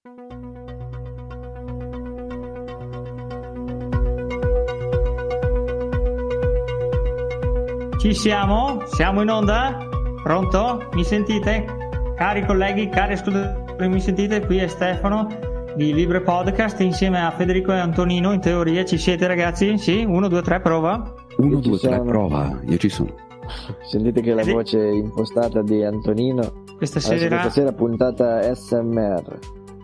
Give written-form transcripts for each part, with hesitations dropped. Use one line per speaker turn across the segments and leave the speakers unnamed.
Ci siamo? Siamo in onda? Pronto? Mi sentite? Cari colleghi, cari ascoltatori, mi sentite? Qui è Stefano di Libre Podcast insieme a Federico e Antonino. In teoria ci siete, ragazzi? Sì? 1, 2, 3, prova.
1, 2, 3, prova. Io ci sono.
Sentite che la voce impostata di Antonino.
Questa sera
puntata ASMR.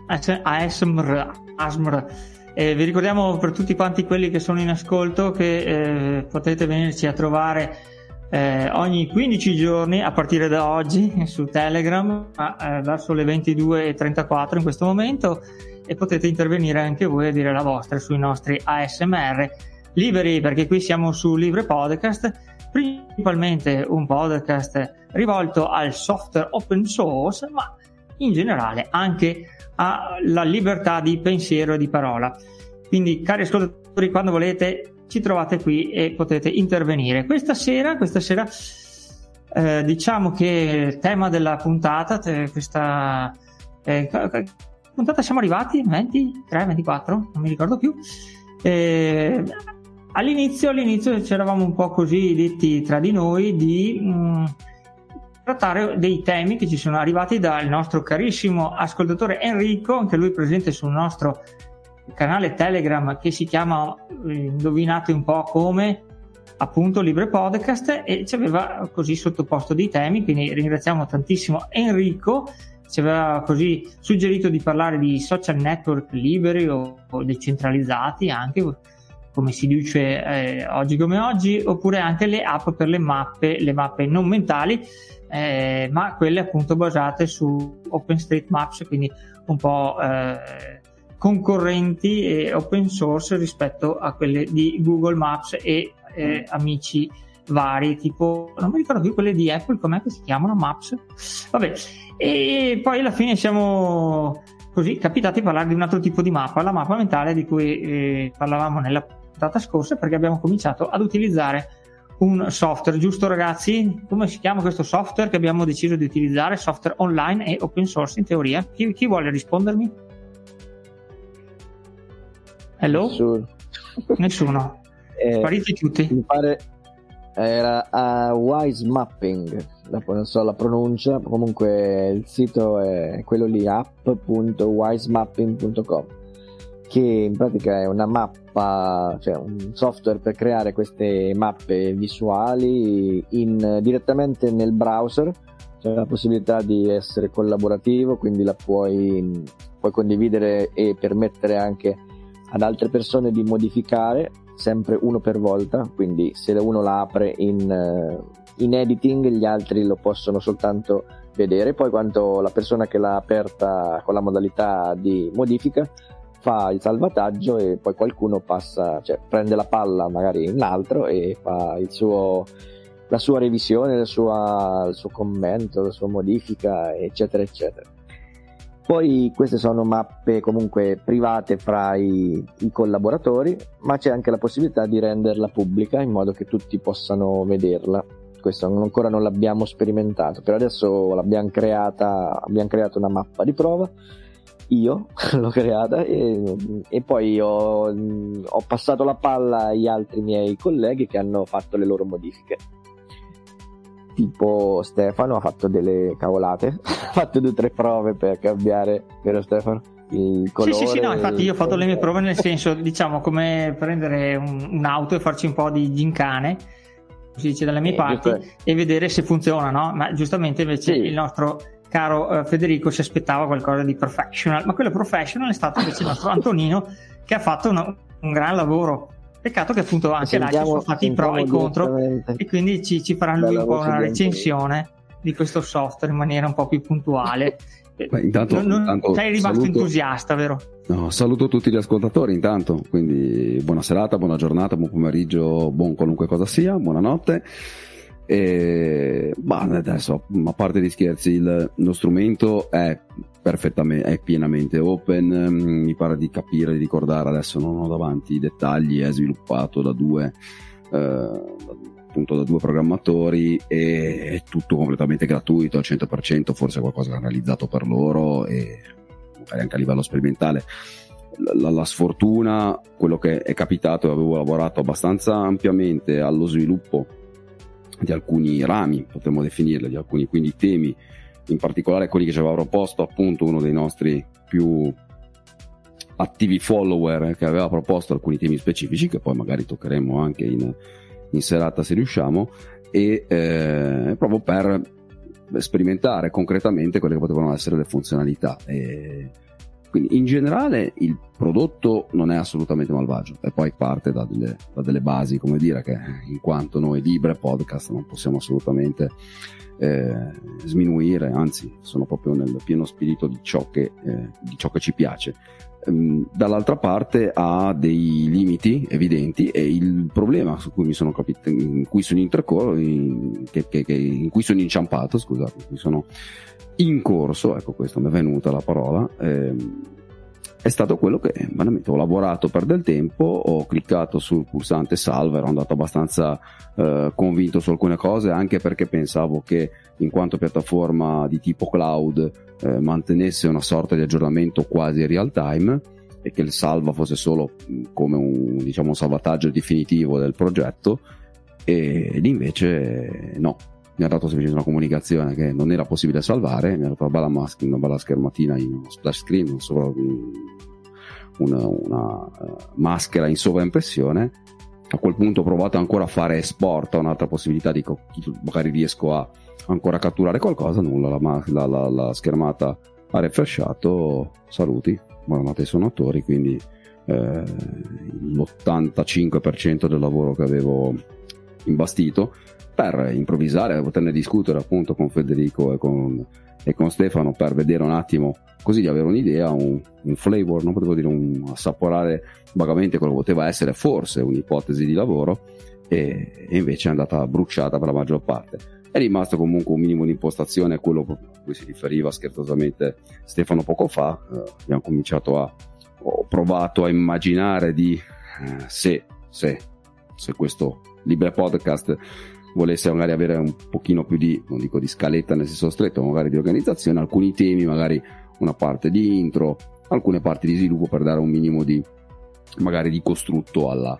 ASMR. Vi ricordiamo per tutti quanti quelli che sono in ascolto che potete venirci a trovare ogni 15 giorni a partire da oggi su Telegram verso le 22:34 in questo momento, e potete intervenire anche voi a dire la vostra sui nostri ASMR liberi, perché qui siamo su Libre Podcast, principalmente un podcast rivolto al software open source, ma in generale anche alla libertà di pensiero e di parola. Quindi, cari ascoltatori, quando volete ci trovate qui e potete intervenire. Questa sera diciamo che il tema della puntata, questa puntata siamo arrivati 23, 24, non mi ricordo più. All'inizio ci eravamo un po' così detti tra di noi di trattare dei temi che ci sono arrivati dal nostro carissimo ascoltatore Enrico, anche lui presente sul nostro canale Telegram che si chiama, indovinate un po' come, appunto Libre Podcast, e ci aveva così sottoposto dei temi, quindi ringraziamo tantissimo Enrico. Ci aveva così suggerito di parlare di social network liberi o decentralizzati, anche come si dice oggi come oggi, oppure anche le app per le mappe non mentali, ma quelle appunto basate su OpenStreetMaps, quindi un po' concorrenti e open source rispetto a quelle di Google Maps e amici vari, tipo, non mi ricordo più, quelle di Apple, com'è che si chiamano? Maps? Vabbè, e poi alla fine siamo così capitati a parlare di un altro tipo di mappa, la mappa mentale di cui parlavamo nella puntata scorsa, perché abbiamo cominciato ad utilizzare un software, giusto ragazzi? Come si chiama questo software che abbiamo deciso di utilizzare? Software online e open source in teoria? Chi vuole rispondermi? Hello? Nessuno. Spariti tutti. Mi pare
era Wise Mapping, non so la pronuncia, comunque il sito è quello lì, app.wisemapping.com, che in pratica è una mappa, cioè un software per creare queste mappe visuali direttamente nel browser. C'è la possibilità di essere collaborativo, quindi la puoi condividere e permettere anche ad altre persone di modificare, sempre uno per volta, quindi se uno la apre in editing gli altri lo possono soltanto vedere, poi quando la persona che l'ha aperta con la modalità di modifica fa il salvataggio e poi qualcuno passa, cioè prende la palla magari in altro e fa la sua revisione, il suo commento, la sua modifica, eccetera eccetera. Poi queste sono mappe comunque private fra i collaboratori, ma c'è anche la possibilità di renderla pubblica in modo che tutti possano vederla. Questo ancora non l'abbiamo sperimentato, per adesso abbiamo creato una mappa di prova, io l'ho creata e poi ho passato la palla agli altri miei colleghi che hanno fatto le loro modifiche. Tipo Stefano ha fatto delle cavolate, ha fatto 2 o 3 prove per cambiare, vero Stefano? Il colore.
Sì, no, infatti io ho fatto le mie prove, nel senso, diciamo, come prendere un'auto e farci un po' di gincane, si dice dalle mie parti, e vedere se funziona, no? Ma giustamente invece il nostro caro Federico si aspettava qualcosa di professional, ma quello professional è stato invece il nostro Antonino, che ha fatto un gran lavoro. Peccato che appunto anche là ci sono stati i pro e i contro, e quindi ci farà lui un po' una recensione di questo software in maniera un po' più puntuale.
Intanto
sei rimasto entusiasta, vero?
No, saluto tutti gli ascoltatori intanto, quindi buona serata, buona giornata, buon pomeriggio, buon qualunque cosa sia, buonanotte. Adesso, a parte gli scherzi, lo strumento è pienamente open, mi pare di capire, di ricordare, adesso non ho davanti i dettagli, è sviluppato da due programmatori e è tutto completamente gratuito al 100%, forse qualcosa realizzato per loro, e magari anche a livello sperimentale. La sfortuna, quello che è capitato, avevo lavorato abbastanza ampiamente allo sviluppo di alcuni rami, potremmo definirli, di alcuni quindi temi, in particolare quelli che ci aveva proposto appunto uno dei nostri più attivi follower, che aveva proposto alcuni temi specifici che poi magari toccheremo anche in serata se riusciamo, e proprio per sperimentare concretamente quelle che potevano essere le funzionalità. Quindi in generale il prodotto non è assolutamente malvagio, e poi parte da delle basi, come dire, che in quanto noi di Libre Podcast non possiamo assolutamente sminuire, anzi sono proprio nel pieno spirito di ciò che ci piace. Dall'altra parte ha dei limiti evidenti, e il problema su cui in cui sono inciampato, scusate, in cui sono in corso, ecco, questo mi è venuta la parola, è stato quello che veramente ho lavorato per del tempo, ho cliccato sul pulsante salva, ero andato abbastanza convinto su alcune cose, anche perché pensavo che in quanto piattaforma di tipo cloud mantenesse una sorta di aggiornamento quasi real time, e che il salva fosse solo come un salvataggio definitivo del progetto, ed invece no, mi ha dato semplicemente una comunicazione che non era possibile salvare, mi ha dato una bella schermatina in uno splash screen, una maschera in sovraimpressione. A quel punto ho provato ancora a fare export, a un'altra possibilità di magari riesco a ancora catturare qualcosa, nulla, la schermata ha refreshato, saluti, buonanotte ai suonatori, quindi l'85% del lavoro che avevo imbastito per improvvisare, poterne discutere appunto con Federico e con Stefano, per vedere un attimo, così di avere un'idea, un flavor, non potevo dire, assaporare vagamente quello che poteva essere forse un'ipotesi di lavoro, e invece è andata bruciata per la maggior parte. È rimasto comunque un minimo di impostazione, quello a cui si riferiva scherzosamente Stefano poco fa. Ho provato a immaginare di se questo Libre Podcast volesse magari avere un pochino più di, non dico di scaletta nel senso stretto, magari di organizzazione, alcuni temi, magari una parte di intro, alcune parti di sviluppo, per dare un minimo di magari di costrutto alla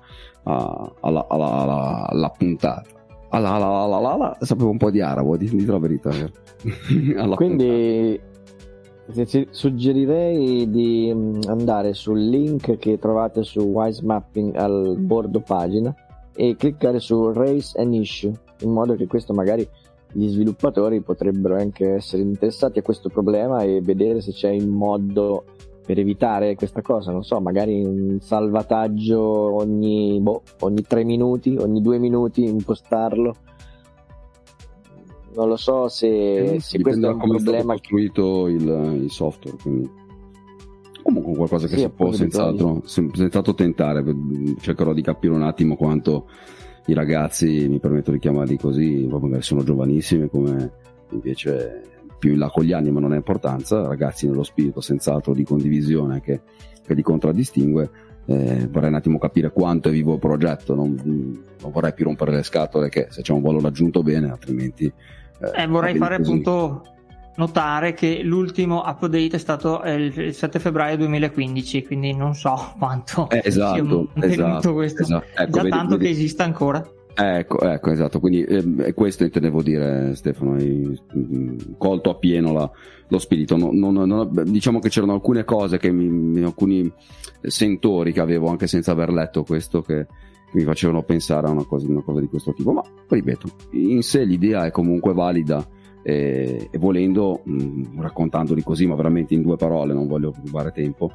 puntata. Sapevo un po' di arabo, dite la verità.
Quindi suggerirei di andare sul link che trovate su Wise Mapping al bordo pagina e cliccare su Raise an Issue, in modo che questo magari gli sviluppatori potrebbero anche essere interessati a questo problema e vedere se c'è il modo per evitare questa cosa. Non so, magari un salvataggio ogni 3 minuti, ogni 2 minuti, impostarlo. Non lo so se questo è un problema.
È costruito il software, quindi comunque qualcosa che si può senz'altro tentare. Cercherò di capire un attimo quanto i ragazzi, mi permetto di chiamarli così, magari sono giovanissimi, come invece più in là con gli anni, ma non ha importanza, ragazzi nello spirito senz'altro di condivisione che li contraddistingue. Vorrei un attimo capire quanto è vivo il progetto, non vorrei più rompere le scatole, che se c'è un valore aggiunto bene, altrimenti
vorrei fare così. Appunto notare che l'ultimo update è stato il 7 febbraio 2015, quindi non so quanto sia mantenuto questo. Ecco, già tanto che esista ancora.
Ecco, esatto, quindi questo intendevo dire, Stefano, hai colto a pieno lo spirito. Diciamo che c'erano alcune cose alcuni sentori che avevo anche senza aver letto questo, che mi facevano pensare a una cosa di questo tipo, ma ripeto, in sé l'idea è comunque valida, e volendo, raccontandoli così, ma veramente in 2 parole, non voglio rubare tempo,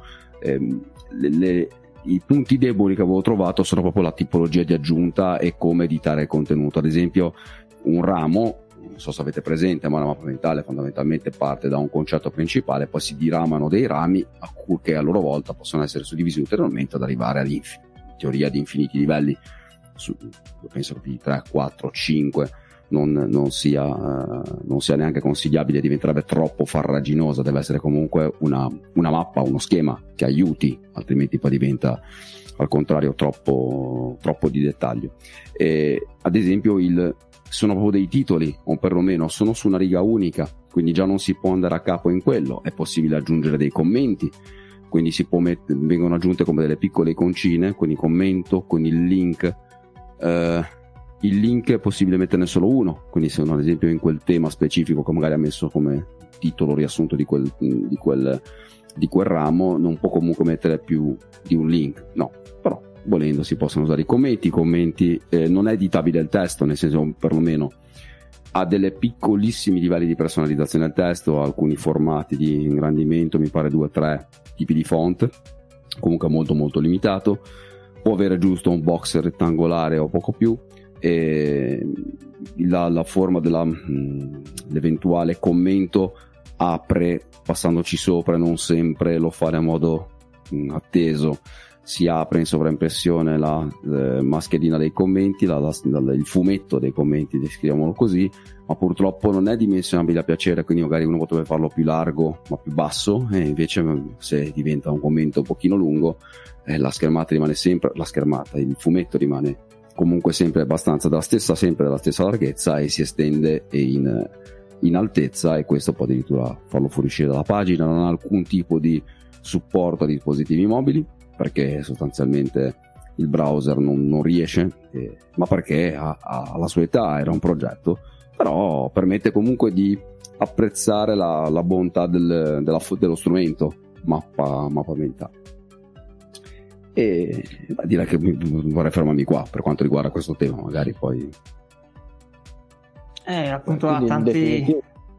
i punti deboli che avevo trovato sono proprio la tipologia di aggiunta e come editare il contenuto. Ad esempio, un ramo, non so se avete presente, ma la mappa mentale fondamentalmente parte da un concetto principale, poi si diramano dei rami che a loro volta possono essere suddivisi ulteriormente ad arrivare in teoria di infiniti livelli. Io penso che di 3, 4, 5 non sia neanche consigliabile, diventerebbe troppo farraginosa, deve essere comunque una mappa, uno schema che aiuti, altrimenti poi diventa al contrario troppo di dettaglio. Ad esempio sono proprio dei titoli, o perlomeno sono su una riga unica, quindi già non si può andare a capo in quello. È possibile aggiungere dei commenti, quindi vengono aggiunte come delle piccole iconcine con il commento, con il link. Il link è possibile metterne solo uno, quindi se uno ad esempio in quel tema specifico che magari ha messo come titolo riassunto di quel ramo, non può comunque mettere più di un link, no. Però volendo si possono usare i commenti. Non è editabile il testo, nel senso, perlomeno ha delle piccolissimi livelli di personalizzazione del testo, alcuni formati di ingrandimento, mi pare 2 o 3 tipi di font, comunque molto molto limitato. Può avere giusto un box rettangolare o poco più, e la forma dell'eventuale commento apre passandoci sopra, non sempre lo fa a modo atteso. Si apre in sovraimpressione la mascherina dei commenti, il fumetto dei commenti, descriviamolo così, ma purtroppo non è dimensionabile a piacere, quindi magari uno potrebbe farlo più largo ma più basso, e invece se diventa un commento un pochino lungo, la schermata rimane sempre il fumetto rimane comunque sempre abbastanza della stessa larghezza, e si estende in altezza, e questo può addirittura farlo fuoriuscire dalla pagina. Non ha alcun tipo di supporto a dispositivi mobili, perché sostanzialmente il browser non riesce, ma perché ha la sua età, era un progetto, però permette comunque di apprezzare la bontà dello strumento mappa mentale. E direi che vorrei fermarmi qua per quanto riguarda questo tema, magari poi
appunto ha tanti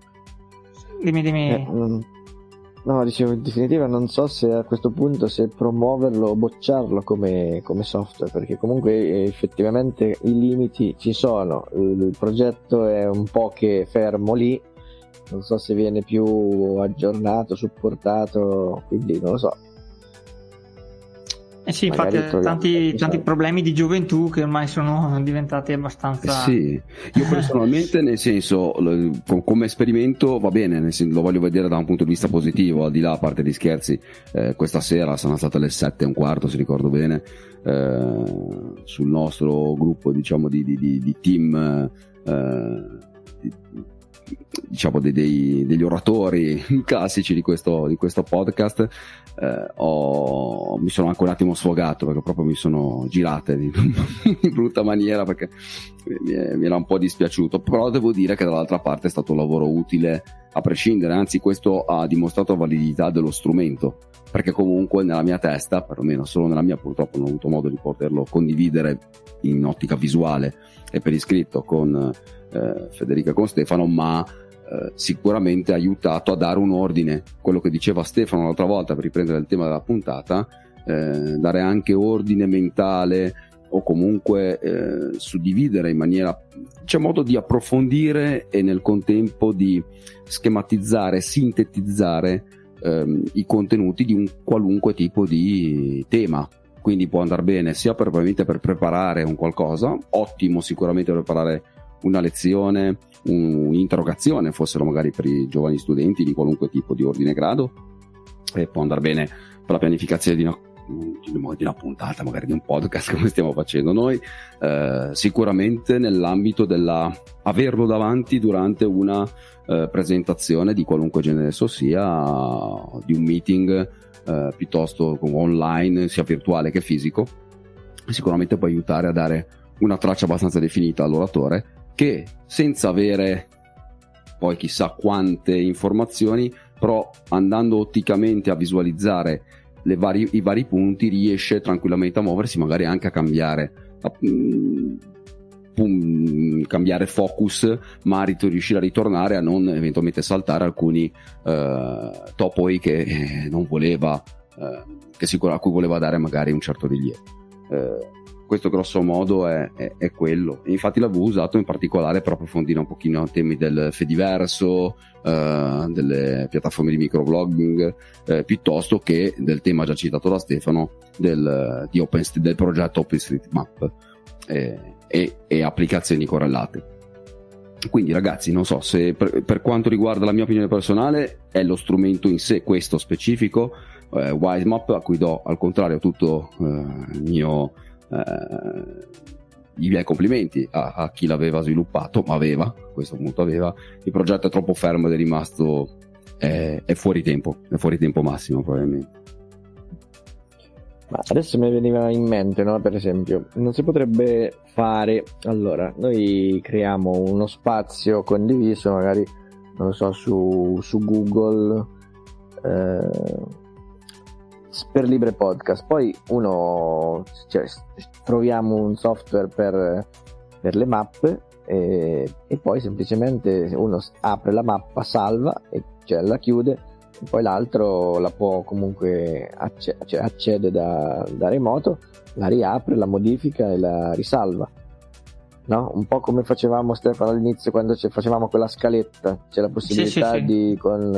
dimmi.
No, dicevo, in definitiva non so se a questo punto se promuoverlo o bocciarlo come software, perché comunque effettivamente i limiti ci sono, il progetto è un po' che fermo lì, non so se viene più aggiornato, supportato, quindi non lo so.
Sì, infatti tanti problemi di gioventù che ormai sono diventati abbastanza...
Sì, io personalmente, nel senso, come esperimento va bene, nel senso, lo voglio vedere da un punto di vista positivo, al di là, a parte gli scherzi. Questa sera sono state le 7:15, se ricordo bene, sul nostro gruppo, diciamo, di team, diciamo degli oratori classici di questo podcast. Mi sono anche un attimo sfogato, perché proprio mi sono girate di brutta maniera, perché mi era un po' dispiaciuto, però devo dire che dall'altra parte è stato un lavoro utile a prescindere, anzi questo ha dimostrato la validità dello strumento, perché comunque nella mia testa, perlomeno solo nella mia, purtroppo non ho avuto modo di poterlo condividere in ottica visuale e per iscritto con Federica e con Stefano, ma sicuramente ha aiutato a dare un ordine, quello che diceva Stefano l'altra volta, per riprendere il tema della puntata, dare anche ordine mentale, o comunque suddividere in maniera, c'è modo di approfondire e nel contempo di schematizzare, sintetizzare i contenuti di un qualunque tipo di tema. Quindi può andare bene sia probabilmente per preparare un qualcosa, ottimo sicuramente per preparare una lezione, un'interrogazione, fossero magari per i giovani studenti di qualunque tipo di ordine e grado, e può andare bene per la pianificazione di una puntata, magari di un podcast come stiamo facendo noi, sicuramente nell'ambito averlo davanti durante una presentazione di qualunque genere esso sia, di un meeting piuttosto online, sia virtuale che fisico, sicuramente può aiutare a dare una traccia abbastanza definita all'oratore, che senza avere poi chissà quante informazioni, però andando otticamente a visualizzare i vari punti, riesce tranquillamente a muoversi, magari anche a cambiare focus, ma riuscire a ritornare, a non eventualmente saltare alcuni topoi che non voleva, a cui voleva dare magari un certo rilievo. Questo grosso modo è quello, e infatti l'avevo usato in particolare per approfondire un pochino i temi del Fediverso, delle piattaforme di microblogging, piuttosto che del tema già citato da Stefano del progetto OpenStreetMap e applicazioni correlate. Quindi ragazzi, non so se per quanto riguarda la mia opinione personale è lo strumento in sé, questo specifico, Wisemap, a cui do al contrario tutto il mio i miei complimenti a chi l'aveva sviluppato, ma a questo punto il progetto è troppo fermo ed è rimasto è fuori tempo massimo probabilmente.
Ma adesso mi veniva in mente, no? Per esempio, non si potrebbe fare, allora, noi creiamo uno spazio condiviso, magari, non lo so, su Google, per Libre Podcast, poi troviamo un software per le mappe e poi semplicemente uno apre la mappa, salva e la chiude, e poi l'altro la può comunque accede da remoto, la riapre, la modifica e la risalva, no? Un po' come facevamo, Stefano, all'inizio quando facevamo quella scaletta, c'è la possibilità di con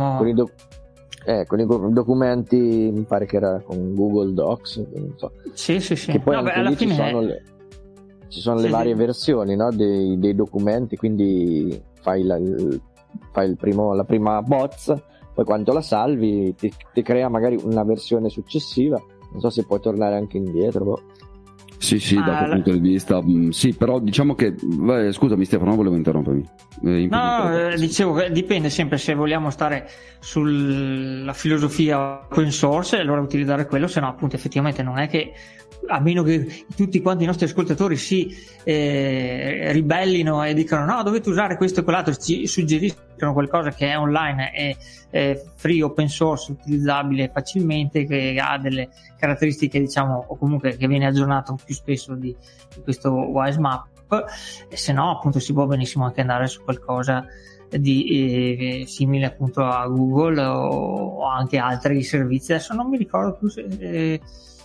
i documenti, mi pare che era con Google Docs, non so.
Sì.
Che poi alla fine ci sono le varie versioni, no? dei documenti, quindi fai la prima bozza, poi quando la salvi ti crea magari una versione successiva, non so se puoi tornare anche indietro.
Sì, da quel punto di vista sì, però diciamo che scusami Stefano, non volevo interrompermi.
Dicevo che dipende sempre, se vogliamo stare sulla filosofia open source, allora utilizzare quello, se no appunto effettivamente non è che, a meno che tutti quanti i nostri ascoltatori si ribellino e dicano no, dovete usare questo e quell'altro, ci suggeriscono qualcosa che è online e free, open source, utilizzabile facilmente, che ha delle caratteristiche, diciamo, o comunque che viene aggiornato più spesso di questo WiseMap, e se no appunto si può benissimo anche andare su qualcosa di simile appunto a Google o anche altri servizi. Adesso non mi ricordo più se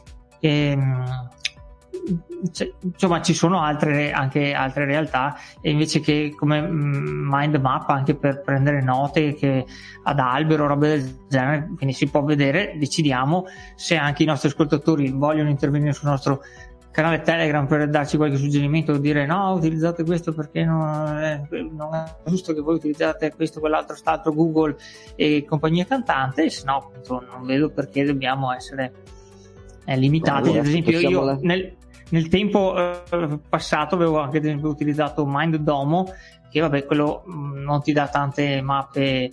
insomma ci sono anche altre realtà, e invece che come Mind Map anche per prendere note che ad albero, roba del genere, quindi si può vedere, decidiamo se anche i nostri ascoltatori vogliono intervenire sul nostro canale Telegram per darci qualche suggerimento o dire no, utilizzate questo perché non è giusto che voi utilizzate questo, quell'altro, st'altro, Google e compagnia cantante, e se no appunto non vedo perché dobbiamo essere limitati. Ad esempio io nel tempo passato avevo anche ad esempio utilizzato MindDomo, che vabbè, quello non ti dà tante mappe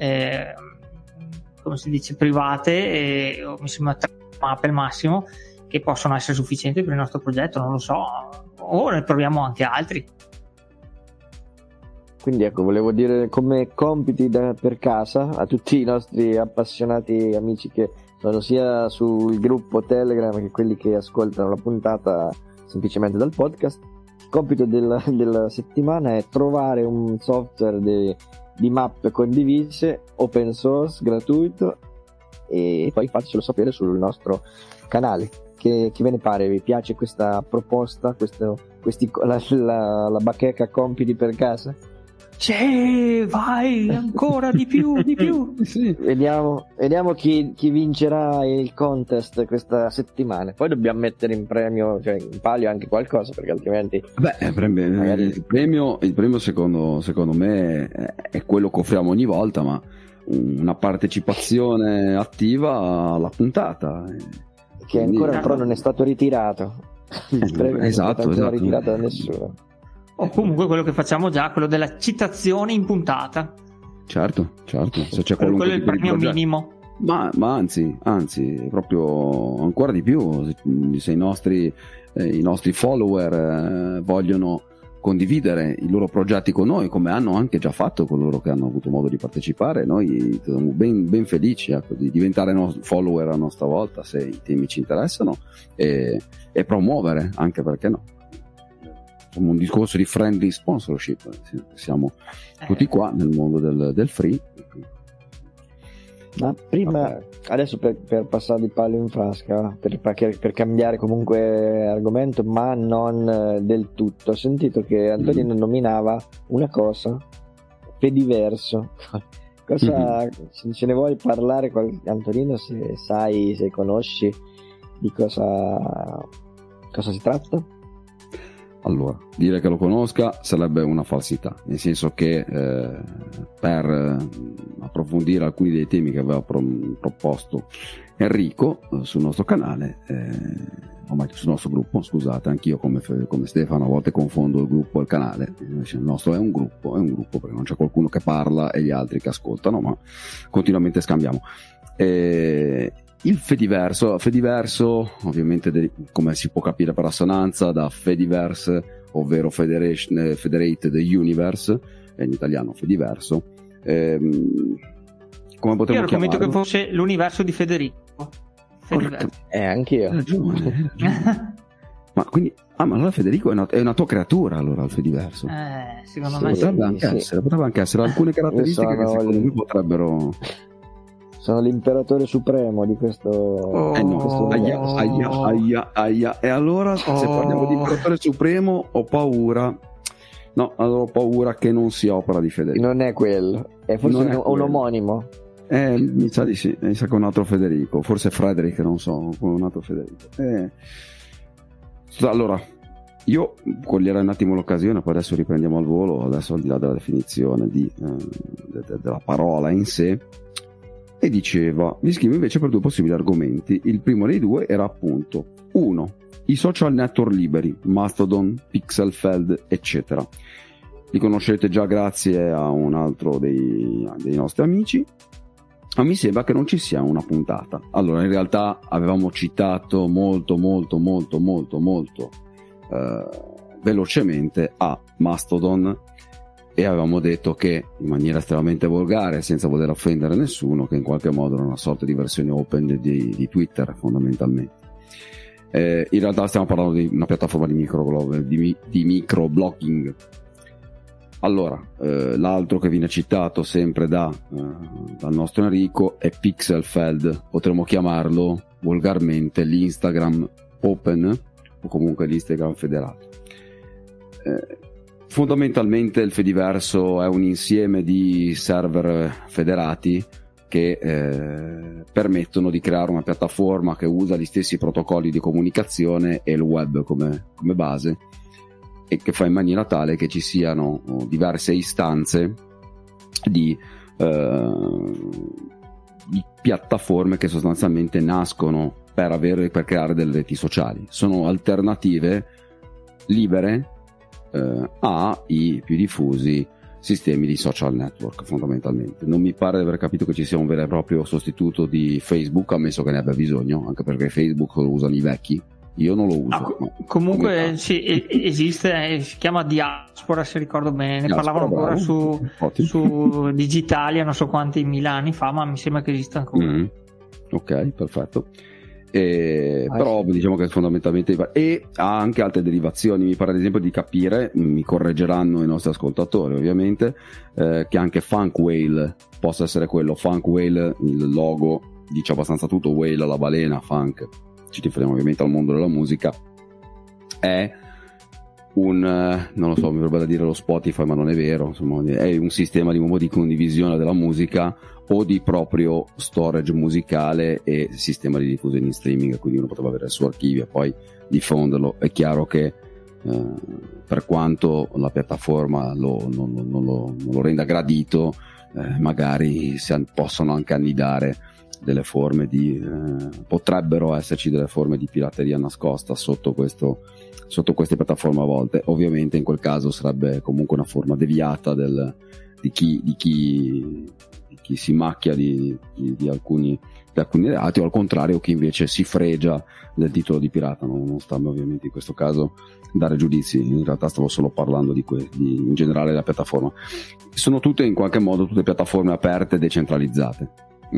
come si dice private, mi sembra 3 mappe al massimo, che possono essere sufficienti per il nostro progetto, non lo so, o ne proviamo anche altri.
Quindi ecco, volevo dire come compiti per casa a tutti i nostri appassionati amici che sono sia sul gruppo Telegram che quelli che ascoltano la puntata semplicemente dal podcast. Il compito della settimana è trovare un software di mappe condivise, open source, gratuito, e poi fatecelo sapere sul nostro canale. Che ve ne pare? Vi piace questa proposta? La bacheca compiti per casa?
C'è, vai, ancora di più.
Sì. Vediamo chi vincerà il contest questa settimana. Poi dobbiamo mettere in premio, cioè in palio anche qualcosa, perché altrimenti
magari... il premio secondo me è quello che offriamo ogni volta, ma una partecipazione attiva alla puntata,
che ancora però non è stato ritirato.
Esatto.
Non è ritirato da nessuno.
O comunque quello che facciamo già, quello della citazione in puntata.
Certo, se c'è
quello è il premio minimo.
Ma anzi, proprio ancora di più, se i nostri follower vogliono condividere i loro progetti con noi, come hanno anche già fatto coloro che hanno avuto modo di partecipare, noi siamo ben felici di diventare follower a nostra volta, se i temi ci interessano, e promuovere, anche perché no, insomma, un discorso di friendly sponsorship, siamo tutti qua nel mondo del free.
Ma prima, adesso per passare di palo in frasca, per cambiare comunque argomento, ma non del tutto, ho sentito che Antonino nominava una cosa, Fediverso. Cosa ce ne vuoi parlare, Antonino, se sai, se conosci di cosa si tratta?
Allora, dire che lo conosca sarebbe una falsità, nel senso che per approfondire alcuni dei temi che aveva proposto Enrico sul nostro canale, o meglio sul nostro gruppo, scusate, anch'io come Stefano a volte confondo il gruppo e il canale, invece il nostro è un gruppo perché non c'è qualcuno che parla e gli altri che ascoltano, ma continuamente scambiamo. Il Fediverso ovviamente, come si può capire per assonanza, da Fediverse, ovvero Federated Universe, in italiano Fediverso. Come potremmo
Io ero convinto che fosse l'universo di Federico.
Anch'io.
Hai ragione. Ma quindi, ma allora Federico è una tua creatura, allora, il Fediverso.
Secondo me
potrebbe anche essere alcune caratteristiche che secondo me potrebbero...
Sono l'imperatore supremo di questo...
Aia. E allora, se parliamo di imperatore supremo, ho paura che non sia opera di Federico.
Non è quello, è forse un omonimo.
Mi sa di sì, mi sa che è un altro Federico, forse Frederick, non so, un altro Federico. Allora, io coglierei un attimo l'occasione, poi adesso riprendiamo al volo, adesso al di là della definizione della parola in sé. E diceva, mi scrive invece per due possibili argomenti. Il primo dei due era appunto 1. I social network liberi, Mastodon, Pixelfed, eccetera. Li conoscete già grazie a un altro dei nostri amici, ma mi sembra che non ci sia una puntata. Allora, in realtà avevamo citato molto velocemente a Mastodon, e avevamo detto che in maniera estremamente volgare, senza voler offendere nessuno, che in qualche modo era una sorta di versione open di Twitter, fondamentalmente. In realtà stiamo parlando di una piattaforma di microblogging. Allora, l'altro che viene citato sempre dal nostro Enrico è Pixelfed, potremmo chiamarlo volgarmente l'Instagram Open, o comunque l'Instagram federato. Fondamentalmente il Fediverso è un insieme di server federati che permettono di creare una piattaforma che usa gli stessi protocolli di comunicazione e il web come base, e che fa in maniera tale che ci siano diverse istanze di piattaforme che sostanzialmente nascono per creare delle reti sociali. Sono alternative libere ai più diffusi sistemi di social network, fondamentalmente. Non mi pare di aver capito che ci sia un vero e proprio sostituto di Facebook, ammesso che ne abbia bisogno, anche perché Facebook lo usano i vecchi. Io non lo uso.
Comunque sì, esiste, si chiama Diaspora, se ricordo bene, ne parlavano ancora su Digitalia non so quanti mila anni fa, ma mi sembra che esista ancora.
Ok, perfetto. Però diciamo che fondamentalmente ha anche altre derivazioni. Mi pare ad esempio di capire, mi correggeranno i nostri ascoltatori ovviamente, che anche Funk Whale possa essere quello. Funk Whale, il logo dice abbastanza tutto, whale la balena, funk, ci riferiamo ovviamente al mondo della musica, è non lo so, mi verrebbe da dire lo Spotify, ma non è vero, insomma, è un sistema di condivisione della musica o di proprio storage musicale e sistema di diffusione in streaming, quindi uno potrebbe avere il suo archivio e poi diffonderlo. È chiaro che per quanto la piattaforma non lo renda gradito, magari possono anche annidare delle forme potrebbero esserci delle forme di pirateria nascosta sotto queste piattaforme a volte. Ovviamente in quel caso sarebbe comunque una forma deviata di chi si macchia di alcuni reati, o al contrario chi invece si fregia del titolo di pirata. Non stiamo ovviamente in questo caso dare giudizi, in realtà stavo solo parlando in generale della piattaforma. Sono tutte in qualche modo tutte piattaforme aperte e decentralizzate.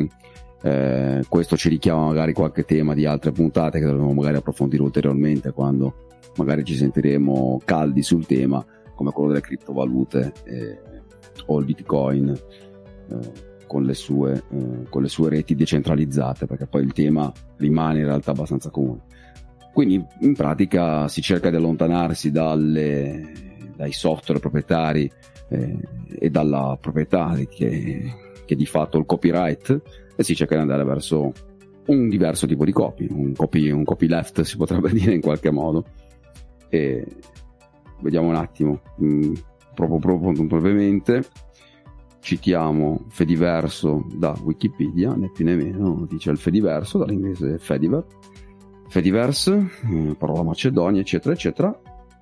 Questo ci richiama magari qualche tema di altre puntate che dovremo magari approfondire ulteriormente quando magari ci sentiremo caldi sul tema, come quello delle criptovalute o il Bitcoin, con le sue reti decentralizzate, perché poi il tema rimane in realtà abbastanza comune. Quindi in pratica si cerca di allontanarsi dai software proprietari e dalla proprietà che di fatto il copyright, e si cerca di andare verso un diverso tipo di copy, un copyleft si potrebbe dire in qualche modo, e vediamo un attimo, proprio brevemente citiamo Fediverso da Wikipedia, né più né meno, dice il Fediverso, dall'inglese Fediverse, parola Macedonia, eccetera eccetera.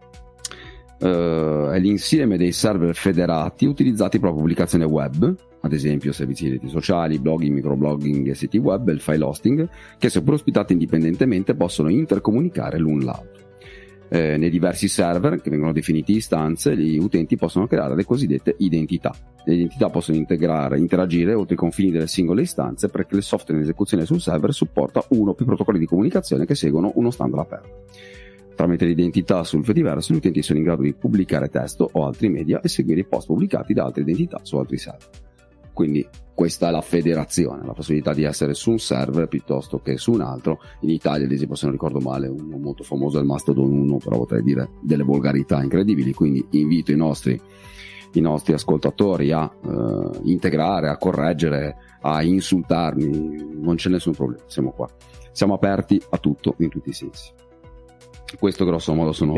È l'insieme dei server federati utilizzati per la pubblicazione web, ad esempio servizi di reti sociali, blogging, microblogging e siti web, e il file hosting, che seppur ospitate indipendentemente possono intercomunicare l'un l'altro. Nei diversi server, che vengono definiti istanze, gli utenti possono creare le cosiddette identità. Le identità possono interagire oltre i confini delle singole istanze, perché il software in esecuzione sul server supporta uno o più protocolli di comunicazione che seguono uno standard aperto. Tramite l'identità sul Fediverso gli utenti sono in grado di pubblicare testo o altri media e seguire i post pubblicati da altre identità su altri server. Quindi questa è la federazione, la possibilità di essere su un server piuttosto che su un altro. In Italia, ad esempio, se non ricordo male, uno molto famoso è il Mastodon 1, però potrei dire delle volgarità incredibili, quindi invito i nostri ascoltatori a integrare, a correggere, a insultarmi, non c'è nessun problema, siamo qua, siamo aperti a tutto in tutti i sensi. Questo grosso modo sono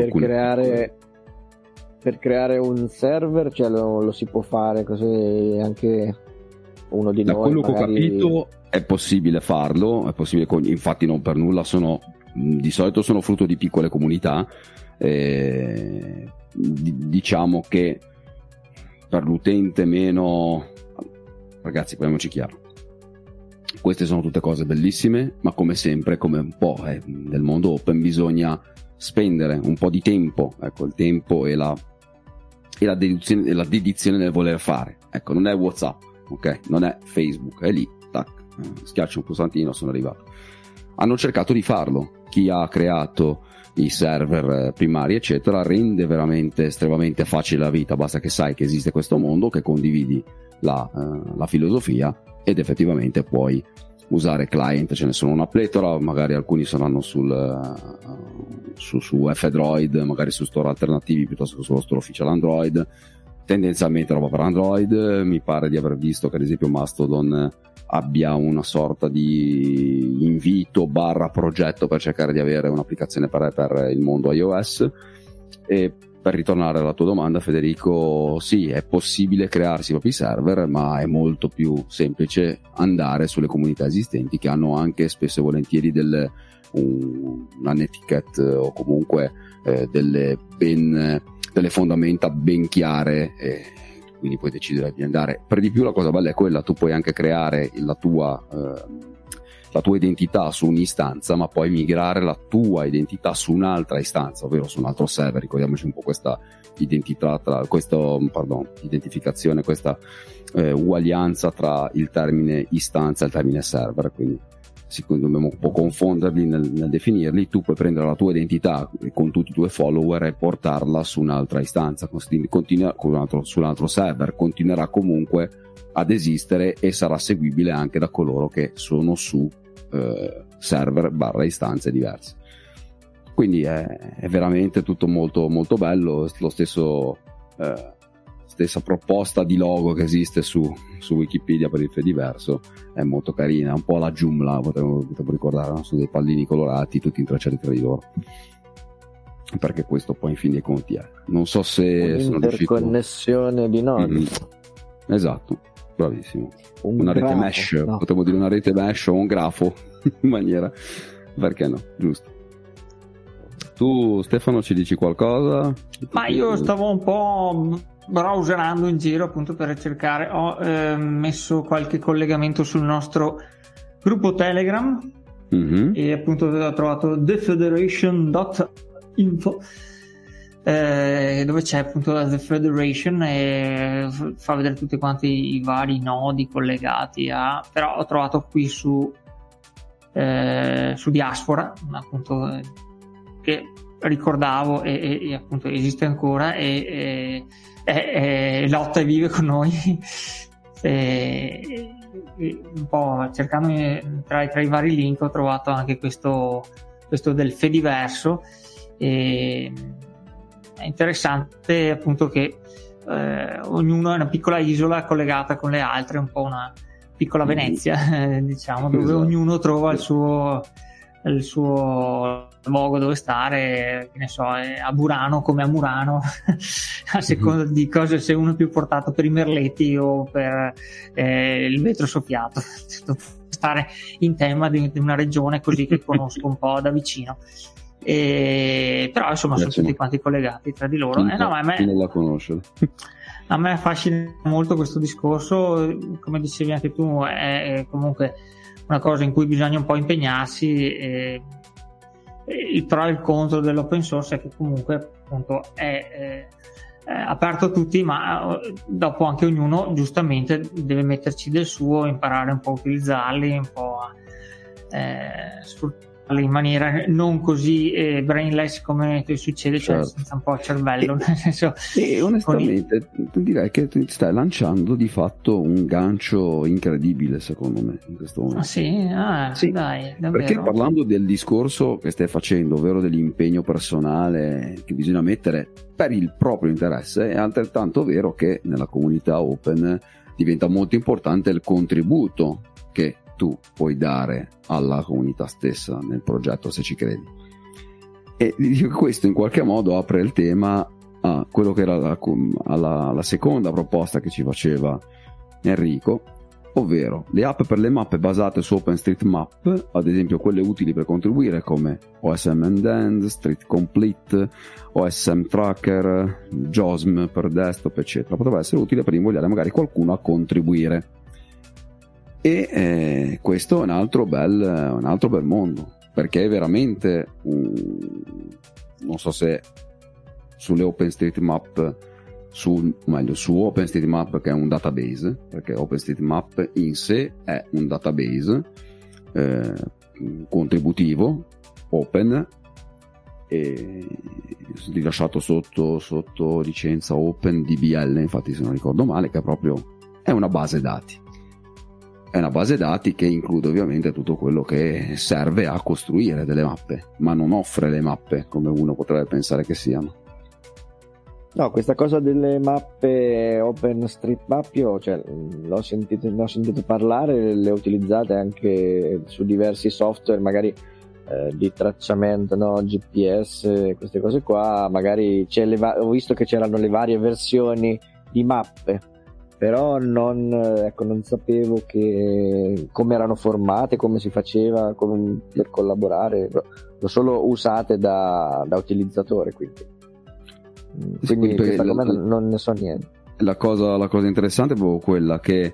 per creare un server, cioè lo si può fare così anche uno di
da
noi.
Quello
magari...
che ho capito è possibile farlo, è possibile, infatti non per nulla di solito sono frutto di piccole comunità, diciamo che per l'utente meno, ragazzi, parliamoci chiaro, queste sono tutte cose bellissime, ma come sempre, come un po' nel mondo open, bisogna spendere un po' di tempo, ecco, il tempo e la dedizione nel voler fare. Ecco, non è WhatsApp, ok? Non è Facebook, è lì, tac, schiaccio un pulsantino, sono arrivato. Hanno cercato di farlo. Chi ha creato i server primari, eccetera, rende veramente estremamente facile la vita. Basta che sai che esiste questo mondo, che condividi la filosofia, ed effettivamente puoi usare client. Ce ne sono una pletora, magari alcuni saranno su F-Droid, magari su store alternativi piuttosto che sullo store ufficiale Android, tendenzialmente roba per Android. Mi pare di aver visto che ad esempio Mastodon abbia una sorta di invito / progetto per cercare di avere un'applicazione per il mondo iOS. E per ritornare alla tua domanda, Federico, sì, è possibile crearsi i propri server, ma è molto più semplice andare sulle comunità esistenti, che hanno anche spesso e volentieri una netiquette o comunque delle fondamenta ben chiare, quindi puoi decidere di andare. Per di più la cosa bella è quella, tu puoi anche creare la tua identità su un'istanza, ma poi migrare la tua identità su un'altra istanza, ovvero su un altro server. Ricordiamoci un po' questa identificazione, questa uguaglianza tra il termine istanza e il termine server, quindi dobbiamo un po' confonderli nel definirli. Tu puoi prendere la tua identità con tutti i tuoi follower e portarla su un'altra istanza, su un altro server, continuerà comunque ad esistere e sarà seguibile anche da coloro che sono su server / istanze diverse. Quindi è veramente tutto molto molto bello. Lo stesso stessa proposta di logo che esiste su Wikipedia per il Fediverso è molto carina, un po' la Joomla, potremmo ricordare, no? Su dei pallini colorati tutti intrecciati tra di loro, perché questo poi in fin dei conti è, non so se
un'interconnessione di nodi.
Mm-hmm. Esatto, bravissimo, una
grafo,
rete mesh,
no?
Potremmo dire una rete mesh o un grafo in maniera, perché no, giusto. Tu, Stefano, ci dici qualcosa?
Ma io stavo un po' browserando in giro appunto per cercare, ho messo qualche collegamento sul nostro gruppo Telegram,
mm-hmm.
e appunto ho trovato thefederation.info, dove c'è appunto la The Federation e fa vedere tutti quanti i vari nodi collegati però ho trovato qui su Diaspora, appunto, che ricordavo e appunto esiste ancora e lotta e vive con noi, un po' cercando tra i vari link ho trovato anche questo del Fediverso. È interessante appunto che ognuno è una piccola isola collegata con le altre, un po' una piccola Venezia, diciamo, dove ognuno trova il suo il suo luogo dove stare, che ne so, a Burano come a Murano, a seconda di cosa, se uno è più portato per i merletti o per il vetro soffiato, stare in tema di una regione così che conosco un po' da vicino. Però insomma sono tutti quanti collegati tra di loro.
No, ma non la conosce.
A me affascina molto questo discorso, come dicevi anche tu, è comunque una cosa in cui bisogna un po' impegnarsi. Il pro e il contro dell'open source è che comunque appunto è aperto a tutti, ma dopo anche ognuno giustamente deve metterci del suo, imparare un po' a utilizzarli, un po' a sfruttarli in maniera non così brainless come succede,
certo.
Cioè senza un po' cervello, nel senso,
e onestamente direi che ti stai lanciando di fatto un gancio incredibile, secondo me, in questo momento.
Sì, dai, davvero.
Perché parlando del discorso che stai facendo, ovvero dell'impegno personale che bisogna mettere per il proprio interesse, è altrettanto vero che nella comunità open diventa molto importante il contributo che tu puoi dare alla comunità stessa nel progetto, se ci credi. E questo in qualche modo apre il tema a quello che era la seconda proposta che ci faceva Enrico, ovvero le app per le mappe basate su OpenStreetMap, ad esempio quelle utili per contribuire come OSM End, Street Complete, OSM Tracker, JOSM per desktop, eccetera. Potrebbe essere utile per invogliare magari qualcuno a contribuire. E questo è un altro bel mondo, perché è veramente non so se sulle OpenStreetMap su OpenStreetMap, che è un database, perché OpenStreetMap in sé è un database contributivo open e rilasciato sotto licenza OpenDBL, infatti, se non ricordo male, che proprio è una base dati. È una base dati che include ovviamente tutto quello che serve a costruire delle mappe, ma non offre le mappe come uno potrebbe pensare che siano.
No, questa cosa delle mappe OpenStreetMap io l'ho sentito parlare, le ho utilizzate anche su diversi software, magari di tracciamento, no? GPS, queste cose qua, magari ho visto che c'erano le varie versioni di mappe, però non sapevo come erano formate, come si faceva per collaborare, l'ho solo usate da utilizzatore, quindi questa cosa non ne so niente.
La cosa interessante è proprio quella che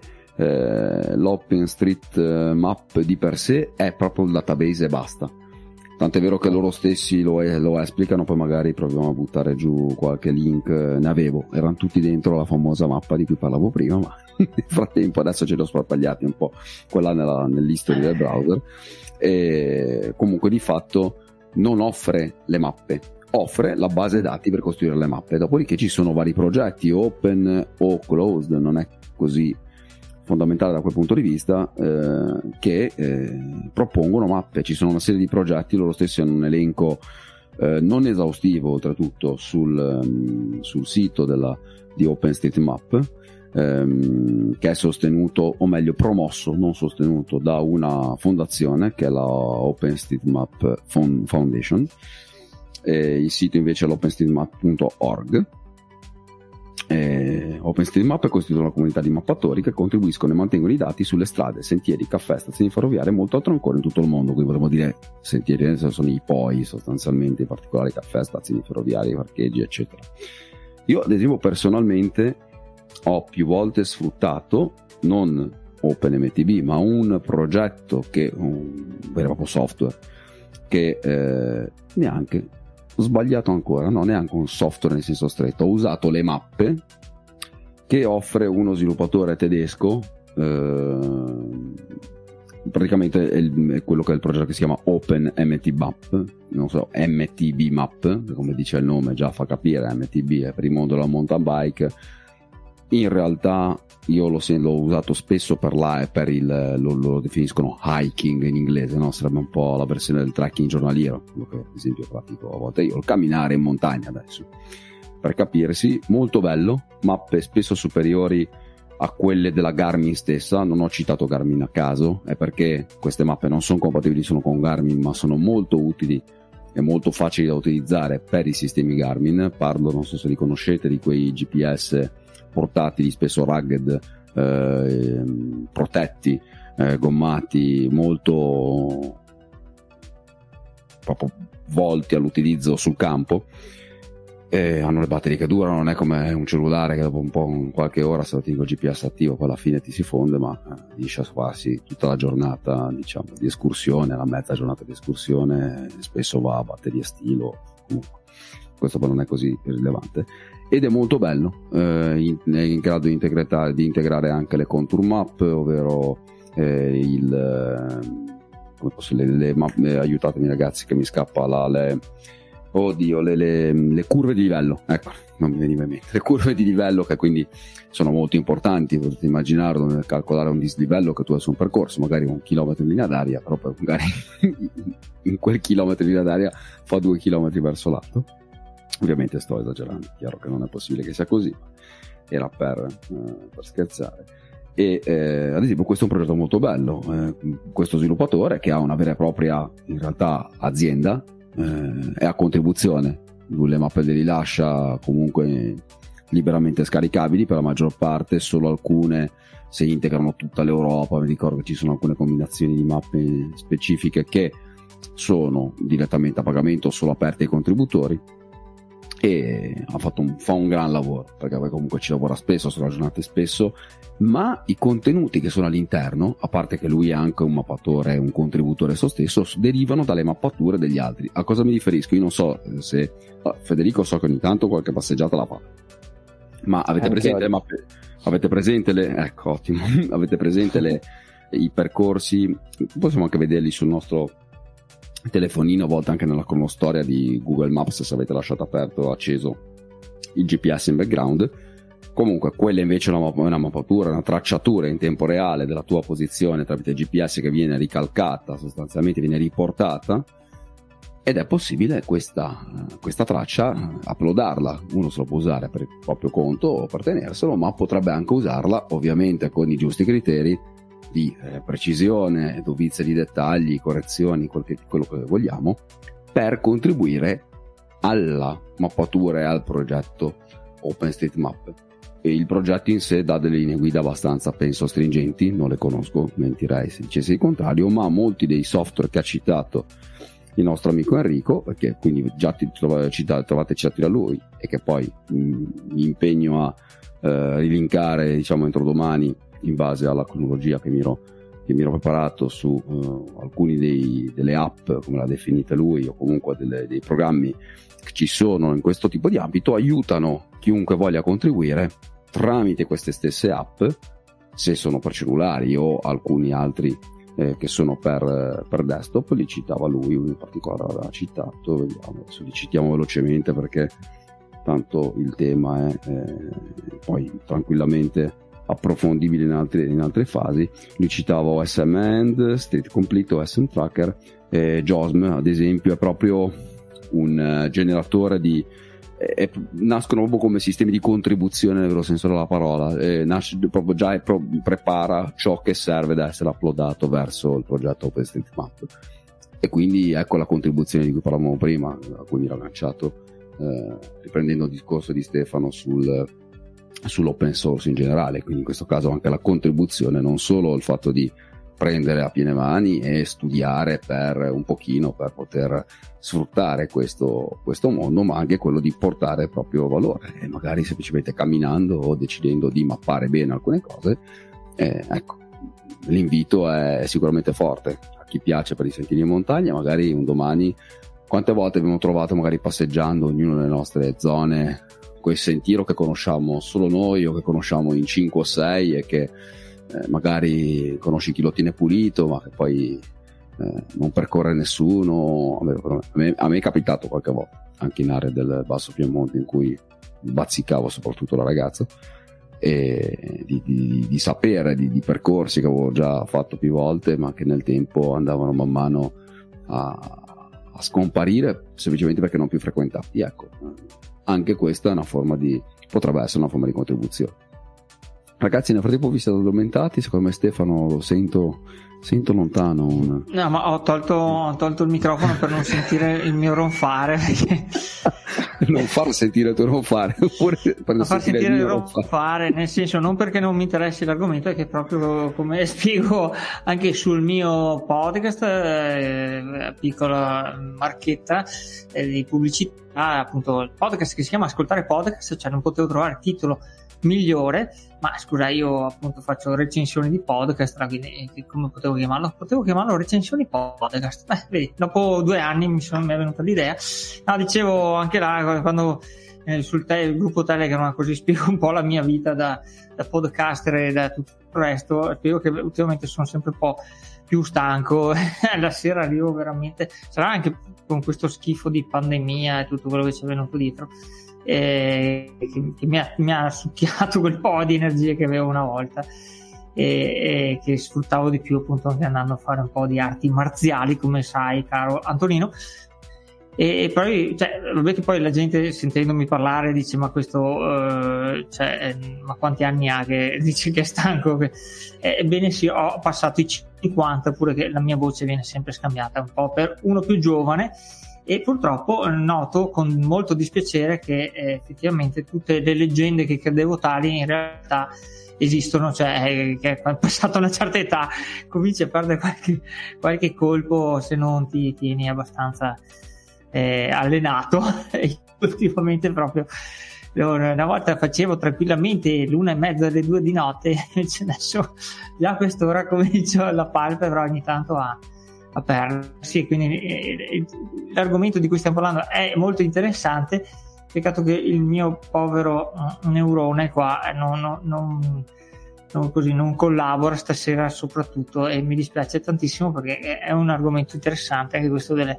l'OpenStreetMap di per sé è proprio il database e basta. Tant'è vero che loro stessi lo esplicano, poi magari proviamo a buttare giù qualche link. Ne avevo, erano tutti dentro la famosa mappa di cui parlavo prima, ma nel frattempo adesso ce li ho sparpagliati un po' quella nell'history del browser. E comunque di fatto non offre le mappe, offre la base dati per costruire le mappe. Dopodiché ci sono vari progetti open o closed, non è così fondamentale da quel punto di vista, che propongono mappe. Ci sono una serie di progetti, loro stessi hanno un elenco non esaustivo oltretutto sul sito di OpenStreetMap, che è sostenuto, o meglio promosso, non sostenuto, da una fondazione che è la OpenStreetMap Foundation. Il sito invece è l'openstreetmap.org. OpenStreetMap è costituito da una comunità di mappatori che contribuiscono e mantengono i dati sulle strade, sentieri, caffè, stazioni ferroviarie e molto altro ancora in tutto il mondo. Quindi potremmo dire sentieri, sono i POI sostanzialmente, in particolare caffè, stazioni ferroviarie, parcheggi, eccetera. Io ad esempio personalmente ho più volte sfruttato non OpenMTB ma un progetto un vero e proprio software che neanche sbagliato ancora, no, neanche un software nel senso stretto. Ho usato le mappe che offre uno sviluppatore tedesco, praticamente è quello che è il progetto che si chiama OpenMTBmap, non so, MTBmap, come dice il nome già fa capire, MTB è per il mondo della mountain bike. In realtà io l'ho usato spesso lo definiscono hiking in inglese, no? Sarebbe un po' la versione del trekking giornaliero, quello che ad esempio pratico a volte io, il camminare in montagna adesso, per capirsi. Molto bello, mappe spesso superiori a quelle della Garmin stessa. Non ho citato Garmin a caso, è perché queste mappe non sono compatibili solo con Garmin, ma sono molto utili e molto facili da utilizzare per i sistemi Garmin. Parlo, non so se li conoscete, di quei GPS portatili, spesso rugged, protetti, gommati, molto proprio volti all'utilizzo sul campo. Hanno le batterie che durano, non è come un cellulare che dopo un po', qualche ora, se lo tieni col GPS attivo, poi alla fine ti si fonde, ma riesce a farsi tutta la giornata, diciamo, di escursione, la mezza giornata di escursione, spesso va a batterie stilo, comunque questo poi non è così rilevante, ed è molto bello, è in grado di integrare anche le contour map, ovvero come posso, le mappe, aiutatemi ragazzi che mi scappa le curve di livello, ecco, non mi veniva in mente, le curve di livello, che quindi sono molto importanti. Potete immaginare nel calcolare un dislivello che tu hai su un percorso, magari 1 chilometro in linea d'aria, però poi magari in quel chilometro in linea d'aria fa 2 chilometri verso l'alto. Ovviamente sto esagerando, chiaro che non è possibile che sia così, era per scherzare. E ad esempio questo è un progetto molto bello, questo sviluppatore che ha una vera e propria, in realtà, azienda, è a contribuzione. Lui le mappe le rilascia comunque liberamente scaricabili per la maggior parte, solo alcune se integrano tutta l'Europa. Mi ricordo che ci sono alcune combinazioni di mappe specifiche che sono direttamente a pagamento, solo aperte ai contributori, e fa un gran lavoro, perché poi comunque ci lavora spesso, sono ragionate spesso, ma i contenuti che sono all'interno, a parte che lui è anche un mappatore, un contributore esso stesso, derivano dalle mappature degli altri. A cosa mi riferisco? Io non so se Federico, so che ogni tanto qualche passeggiata la fa, ma avete presente le mappe? Avete presente ecco, ottimo. Avete presente i percorsi? Possiamo anche vederli sul nostro telefonino, a volte anche nella cronostoria di Google Maps, se avete lasciato aperto, acceso il GPS in background. Comunque quella invece è una mappatura, una tracciatura in tempo reale della tua posizione tramite GPS, che viene ricalcata, sostanzialmente viene riportata, ed è possibile questa traccia uploadarla. Uno se lo può usare per il proprio conto o per tenerselo, ma potrebbe anche usarla, ovviamente con i giusti criteri di precisione, dovizia di dettagli, correzioni, quello che vogliamo, per contribuire alla mappatura e al progetto OpenStreetMap. E il progetto in sé dà delle linee guida abbastanza, penso, stringenti, non le conosco, mentirei se dicessi il contrario, ma molti dei software che ha citato il nostro amico Enrico, perché quindi già trovate citati da lui, e che poi mi impegno a rilinkare, diciamo, entro domani, in base alla cronologia che mi ero preparato su alcuni delle app, come l'ha definita lui, o comunque dei programmi che ci sono in questo tipo di ambito, aiutano chiunque voglia contribuire tramite queste stesse app, se sono per cellulari o alcuni altri che sono per desktop. Li citava lui, uno in particolare l'aveva citato, vediamo, adesso li citiamo velocemente perché tanto il tema è poi tranquillamente approfondibile in altre fasi. Lui citava OSM End, State Complete, OSM Tracker, JOSM ad esempio è proprio un generatore di nascono proprio come sistemi di contribuzione nel vero senso della parola, nasce proprio già prepara ciò che serve da essere uploadato verso il progetto OpenStreetMap, e quindi ecco la contribuzione di cui parlavamo prima, a cui mi ero agganciato riprendendo il discorso di Stefano sull'open source in generale. Quindi in questo caso anche la contribuzione, non solo il fatto di prendere a piene mani e studiare per un pochino per poter sfruttare questo mondo, ma anche quello di portare proprio valore, e magari semplicemente camminando o decidendo di mappare bene alcune cose. Ecco, l'invito è sicuramente forte a chi piace per i sentieri in montagna. Magari un domani, quante volte abbiamo trovato magari passeggiando ognuno nelle nostre zone quel sentiero che conosciamo solo noi o che conosciamo in 5 o 6 e che magari conosci chi lo tiene pulito ma che poi non percorre nessuno. A me è capitato qualche volta anche in aree del Basso Piemonte in cui bazzicavo soprattutto la ragazza, e di sapere di percorsi che avevo già fatto più volte ma che nel tempo andavano man mano a scomparire semplicemente perché non più frequentati. Ecco, anche questa è potrebbe essere una forma di contribuzione. Ragazzi, nel frattempo vi siete addormentati, secondo me Stefano lo sento lontano.
No, ma ho tolto il microfono per non sentire il mio ronfare, perché...
non far sentire il tuo ronfare, oppure per non
far sentire il
ronfare.
ronfare, nel senso, non perché non mi interessi l'argomento, è che proprio come spiego anche sul mio podcast, piccola marchetta di pubblicità, appunto il podcast che si chiama Ascoltare Podcast, cioè non potevo trovare titolo migliore, ma scusa, io appunto faccio recensioni di podcast, quindi come potevo chiamarlo? Potevo chiamarlo recensioni podcast. Vedi, dopo 2 anni mi è venuta l'idea. No, dicevo anche là, quando sul gruppo Telegram, così spiego un po' la mia vita da podcaster e da tutto il resto, spiego che ultimamente sono sempre un po' più stanco, la sera arrivo veramente, sarà anche con questo schifo di pandemia e tutto quello che ci è venuto dietro, che mi ha succhiato quel po' di energie che avevo una volta e che sfruttavo di più, appunto, anche andando a fare un po' di arti marziali, come sai, caro Antonino. E poi, cioè, vabbè, che poi la gente, sentendomi parlare, dice: ma questo ma quanti anni ha che dice che è stanco? Ebbene sì, ho passato i 50, pure che la mia voce viene sempre scambiata un po' per uno più giovane. E purtroppo noto con molto dispiacere che effettivamente tutte le leggende che credevo tali in realtà esistono, cioè che è passata una certa età cominci a perdere qualche colpo se non ti tieni abbastanza allenato. E ultimamente proprio una volta facevo tranquillamente l'1:30 alle 2 di notte, invece adesso già a quest'ora comincio la palpebra ogni tanto a perdersi. Quindi l'argomento di cui stiamo parlando è molto interessante, peccato che il mio povero neurone qua non collabora stasera soprattutto, e mi dispiace tantissimo perché è un argomento interessante anche questo delle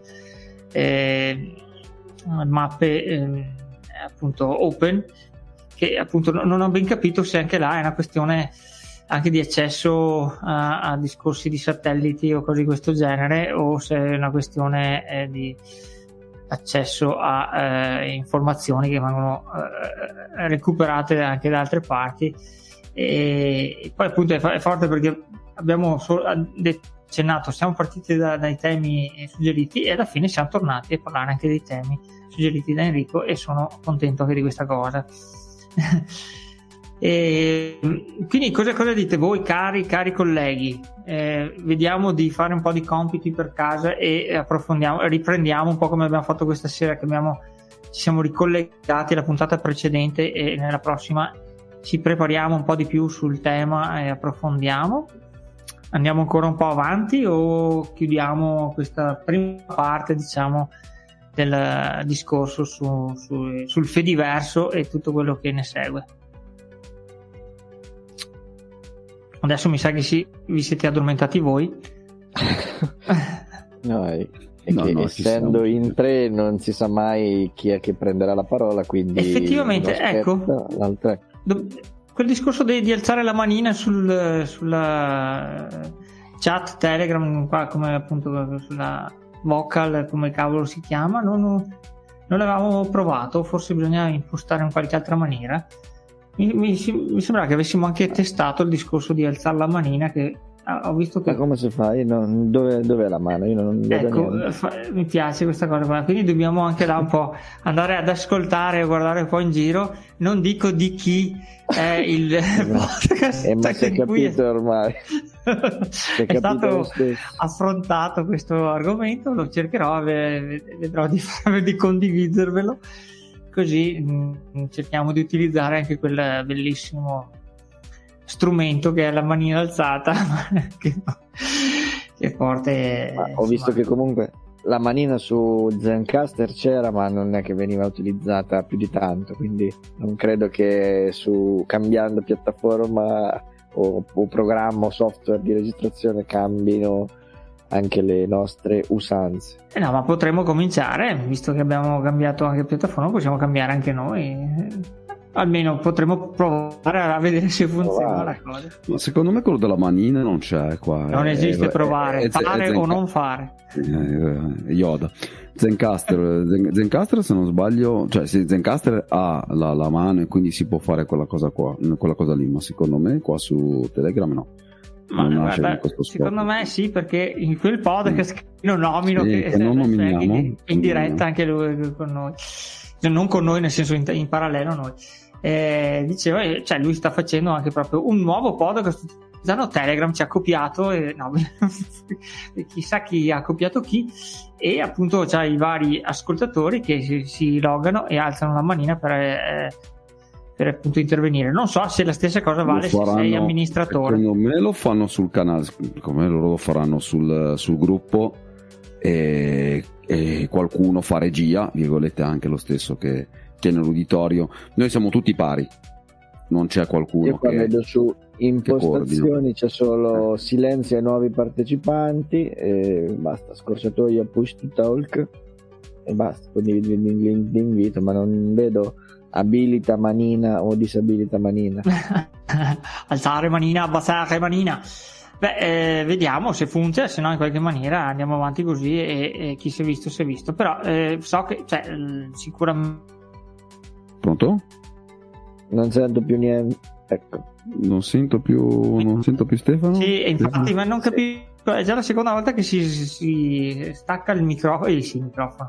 mappe appunto open, che appunto non ho ben capito se anche là è una questione anche di accesso a discorsi di satelliti o cose di questo genere, o se è una questione di accesso a informazioni che vengono recuperate anche da altre parti. E poi appunto è forte perché abbiamo accennato, siamo partiti dai temi suggeriti e alla fine siamo tornati a parlare anche dei temi suggeriti da Enrico, e sono contento anche di questa cosa. E quindi cosa dite voi, cari colleghi? Vediamo di fare un po' di compiti per casa e riprendiamo un po' come abbiamo fatto questa sera, che ci siamo ricollegati alla puntata precedente, e nella prossima ci prepariamo un po' di più sul tema e approfondiamo. Andiamo ancora un po' avanti o chiudiamo questa prima parte, diciamo, del discorso sul Fediverso e tutto quello che ne segue? Adesso mi sa che vi siete addormentati voi.
No, essendo in 3 non si sa mai chi è che prenderà la parola, quindi
effettivamente ecco quel discorso di alzare la manina sulla chat Telegram qua, come appunto sulla vocal, come cavolo si chiama, non l'avevamo provato, forse bisognava impostare in qualche altra maniera. Mi sembra che avessimo anche testato il discorso di alzare la manina, che ho visto che...
Ma come si fa? Dove è la mano? Io non vedo niente.
Mi piace questa cosa, quindi dobbiamo anche là un po' andare ad ascoltare e guardare un po' in giro. Non dico di chi è il podcast,
ma si è capito ormai.
È stato affrontato questo argomento, lo cercherò, vedrò di condividervelo, così cerchiamo di utilizzare anche quel bellissimo strumento che è la manina alzata che è forte.
Ho visto che comunque la manina su Zencastr c'era, ma non è che veniva utilizzata più di tanto, quindi non credo che cambiando piattaforma o programma o software di registrazione cambino anche le nostre usanze.
No, ma potremmo cominciare, visto che abbiamo cambiato anche piattaforma, possiamo cambiare anche noi. almeno potremmo provare a vedere se funziona la cosa.
Ma secondo me quello della manina non c'è qua.
Non esiste provare, fare o non fare.
Yoda. Zencastr, se non sbaglio, cioè se Zencastr ha la mano e quindi si può fare quella cosa lì, ma secondo me qua su Telegram no.
Ma secondo me sì, perché in quel podcast che lo nomino, che non nominiamo in diretta anche lui con noi, non con noi nel senso in parallelo noi, diceva, cioè lui sta facendo anche proprio un nuovo podcast. Telegram ci ha copiato chissà chi ha copiato chi, e appunto c'ha i vari ascoltatori che si logano e alzano la manina per appunto intervenire. Non so se la stessa cosa vale se sei amministratore.
Secondo me lo fanno sul canale, come loro lo faranno sul gruppo, e qualcuno fa regia, virgolette, anche lo stesso che nell'uditorio. Noi siamo tutti pari, non c'è qualcuno.
Io qua vedo su impostazioni c'è solo silenzio ai nuovi partecipanti e basta, scorciatoia push to talk e basta, condividi l'invito, ma non vedo abilita manina o disabilita manina.
Alzare manina, abbassare manina. Vediamo se funziona, se no in qualche maniera andiamo avanti così e chi si è visto, però so che sicuramente. Pronto?
Non sento più niente, ecco.
Non sento più Stefano?
Sì, infatti, ma non capisco, è già la seconda volta che si stacca il microfono. Il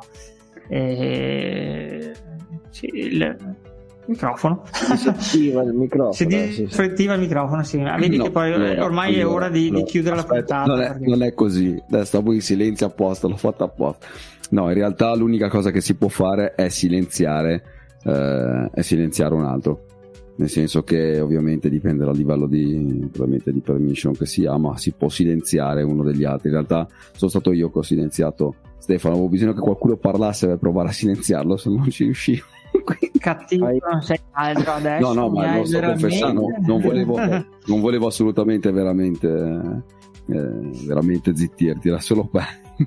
microfono.
Si attiva il microfono.
Si disattiva il microfono, sì. Vedi che poi ormai è ora di chiudere la puntata.
Non è così, adesso stavo in silenzio apposta, l'ho fatto apposta. No, in realtà l'unica cosa che si può fare è silenziare un altro. Nel senso che ovviamente dipende dal livello di permission che si ha, ma si può silenziare uno degli altri. In realtà sono stato io che ho silenziato Stefano, avevo bisogno che qualcuno parlasse per provare a silenziarlo, se non ci riuscivo.
Cattivo, non sei altro adesso.
No, ma lo sto confessando, non volevo assolutamente veramente zittirti, era solo per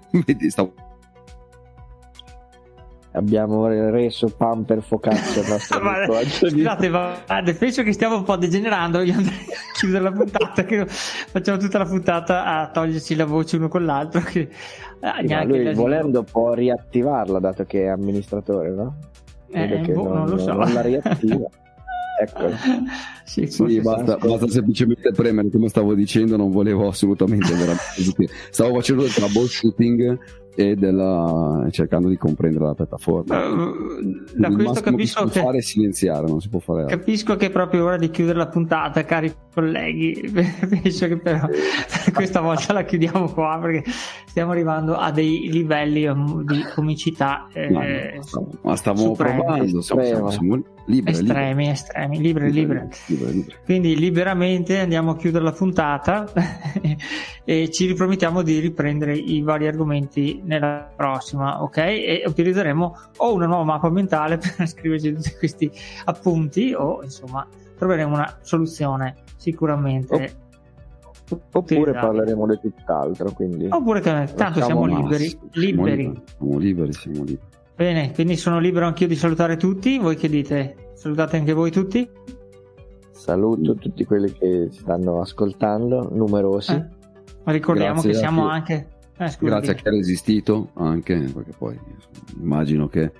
abbiamo reso Pamper Focaccia.
Scusate, penso che stiamo un po' degenerando. Io andrei a chiudere la puntata, che facciamo tutta la puntata a toglierci la voce uno con l'altro, che
lui volendo può riattivarla, dato che è amministratore, no?
Non lo so,
non la riattiva. Ecco.
Sì, basta semplicemente premere, come stavo dicendo. Non volevo assolutamente stavo facendo del troubleshooting e cercando di comprendere la piattaforma.
Da questo capisco
che fare è silenziare, non si può fare altro.
Capisco che è proprio ora di chiudere la puntata, cari colleghi. Penso che però questa volta la chiudiamo qua, perché stiamo arrivando a dei livelli di comicità
ma stiamo provando, siamo liberi.
Quindi liberamente andiamo a chiudere la puntata e ci ripromettiamo di riprendere i vari argomenti nella prossima, ok? E utilizzeremo o una nuova mappa mentale per scriverci tutti questi appunti, o insomma troveremo una soluzione sicuramente.
Oppure parleremo di tutt'altro, quindi
oppure tanto siamo liberi.
Siamo liberi.
Bene, quindi sono libero anch'io di salutare tutti. Voi che dite? Salutate anche voi tutti?
Saluto tutti quelli che ci stanno ascoltando, numerosi.
Ma ricordiamo che siamo anche
grazie a chi ha resistito, anche perché poi immagino che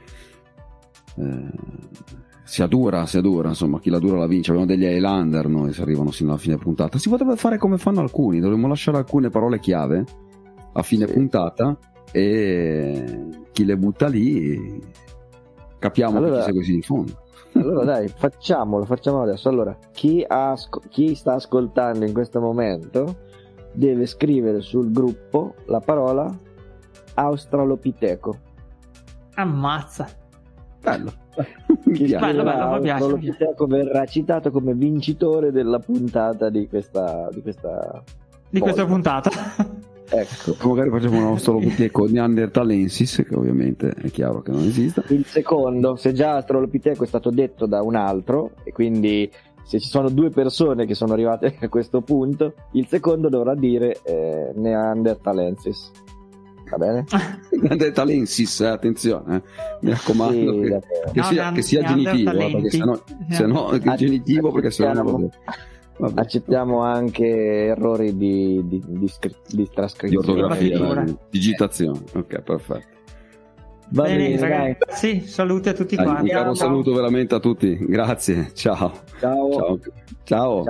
sia dura, insomma, chi la dura la vince. Abbiamo degli Highlander noi, se arrivano sino alla fine puntata. Si potrebbe fare come fanno alcuni, dovremmo lasciare alcune parole chiave a fine puntata, e chi le butta lì capiamo che chi segue in fondo.
Allora dai, facciamo adesso. Allora, chi sta ascoltando in questo momento deve scrivere sul gruppo la parola Australopiteco.
Ammazza,
bello.
Bello,
Australopiteco verrà citato come vincitore della puntata di questa
puntata.
Ecco,
magari facciamo un Australopiteco neanderthalensis, che ovviamente è chiaro che non esiste.
Il secondo, se già Australopiteco è stato detto da un altro, e quindi se ci sono due persone che sono arrivate a questo punto, il secondo dovrà dire neanderthalensis. Va bene?
Grande talensis, attenzione, mi raccomando,
Sì,
che sia genitivo, perché sennò è genitivo, perché sennò
accettiamo anche errori di trascrizione,
di ortografia, di digitazione. Ok, perfetto.
Va
bene,
bene,
ragazzi, salute a tutti quanti.
Un caro saluto veramente a tutti, grazie, ciao.
Ciao.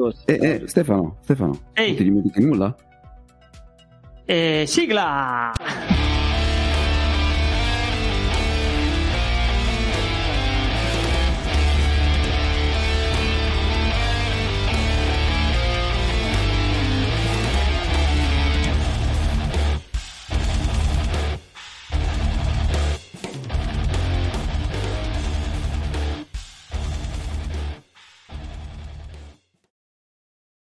Stefano, non ti dimentichi nulla?
Sigla!